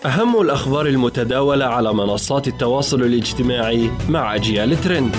أهم الأخبار المتداولة على منصات التواصل الاجتماعي مع أجيال ترند.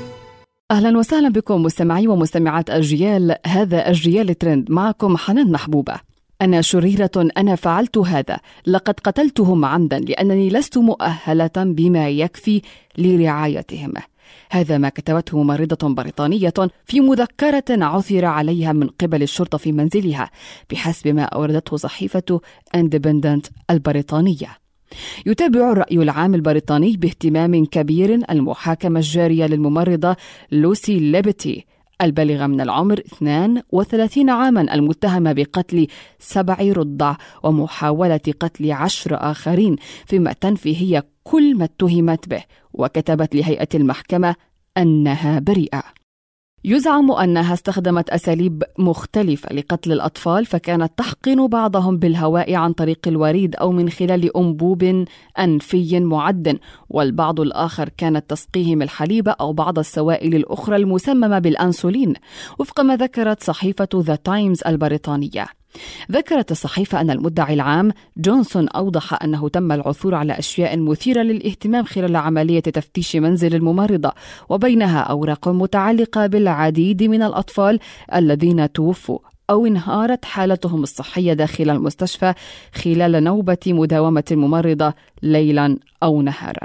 أهلا وسهلا بكم مستمعي ومستمعات أجيال. هذا أجيال ترند، معكم حنان محبوبة. أنا شريرة، أنا فعلت هذا، لقد قتلتهم عمدا لأنني لست مؤهلة بما يكفي لرعايتهم. هذا ما كتبته ممرضة بريطانية في مذكرة عثر عليها من قبل الشرطة في منزلها بحسب ما أوردته صحيفة اندبندنت البريطانية. يتابع الرأي العام البريطاني باهتمام كبير المحاكمة الجارية للممرضة لوسي ليبرتي البالغة من العمر 32 عاما، المتهمة بقتل 7 رضع ومحاولة قتل 10 آخرين، فيما تنفي هي كل ما اتهمت به، وكتبت لهيئة المحكمة أنها بريئة. يزعم أنها استخدمت أساليب مختلفة لقتل الأطفال، فكانت تحقن بعضهم بالهواء عن طريق الوريد أو من خلال أنبوب أنفي معدن، والبعض الآخر كانت تسقيهم الحليب أو بعض السوائل الأخرى المسممة بالأنسولين، وفق ما ذكرت صحيفة ذا تايمز البريطانية. ذكرت الصحيفة أن المدعي العام جونسون أوضح أنه تم العثور على أشياء مثيرة للاهتمام خلال عملية تفتيش منزل الممرضة، وبينها أوراق متعلقة بالعديد من الأطفال الذين توفوا أو انهارت حالتهم الصحية داخل المستشفى خلال نوبة مداومة الممرضة ليلا أو نهارا.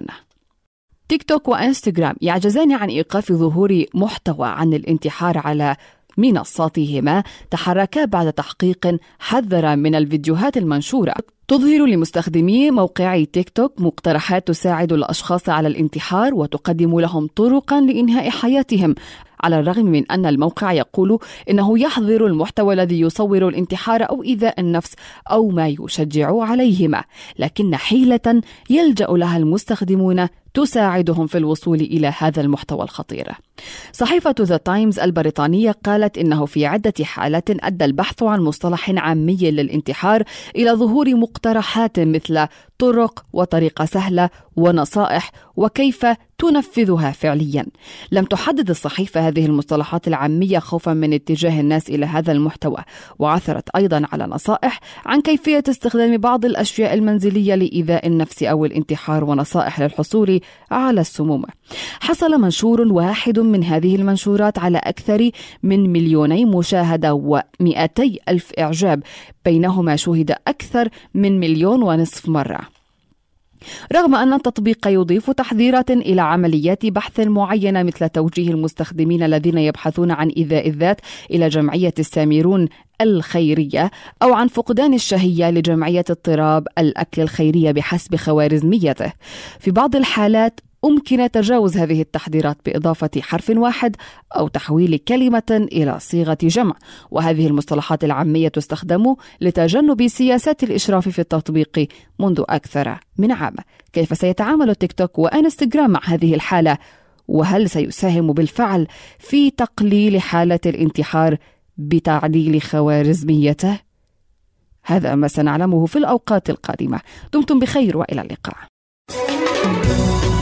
تيك توك وإنستغرام يعجزان عن إيقاف ظهور محتوى عن الانتحار على منصاتهما، تحركا بعد تحقيق حذر من الفيديوهات المنشورة تظهر لمستخدمي موقعي تيك توك مقترحات تساعد الأشخاص على الانتحار وتقدم لهم طرقا لإنهاء حياتهم، على الرغم من أن الموقع يقول إنه يحظر المحتوى الذي يصور الانتحار أو إيذاء النفس أو ما يشجع عليهما، لكن حيلة يلجأ لها المستخدمون تساعدهم في الوصول إلى هذا المحتوى الخطير. صحيفة ذا تايمز البريطانية قالت إنه في عدة حالات أدى البحث عن مصطلح عامي للانتحار إلى ظهور مقترحات مثل طرق وطريقة سهلة ونصائح وكيف تنفذها فعليا. لم تحدد الصحيفة هذه المصطلحات العامية خوفا من اتجاه الناس إلى هذا المحتوى، وعثرت أيضا على نصائح عن كيفية استخدام بعض الأشياء المنزلية لإيذاء النفس أو الانتحار، ونصائح للحصول على السموم. حصل منشور واحد من هذه المنشورات على أكثر من 2,000,000 مشاهدة و200,000 إعجاب، بينهما شوهد أكثر من 1.5 مليون مرة. رغم أن التطبيق يضيف تحذيرات إلى عمليات بحث معينة مثل توجيه المستخدمين الذين يبحثون عن إيذاء الذات إلى جمعية السامرون الخيرية أو عن فقدان الشهية لجمعية اضطراب الأكل الخيرية بحسب خوارزميته، في بعض الحالات أمكن تجاوز هذه التحذيرات بإضافة حرف واحد أو تحويل كلمة إلى صيغة جمع، وهذه المصطلحات العامية تستخدم لتجنب سياسات الإشراف في التطبيق منذ أكثر من عام. كيف سيتعامل تيك توك وإنستغرام مع هذه الحالة؟ وهل سيساهم بالفعل في تقليل حالة الانتحار بتعديل خوارزميته؟ هذا ما سنعلمه في الأوقات القادمة. دمتم بخير وإلى اللقاء.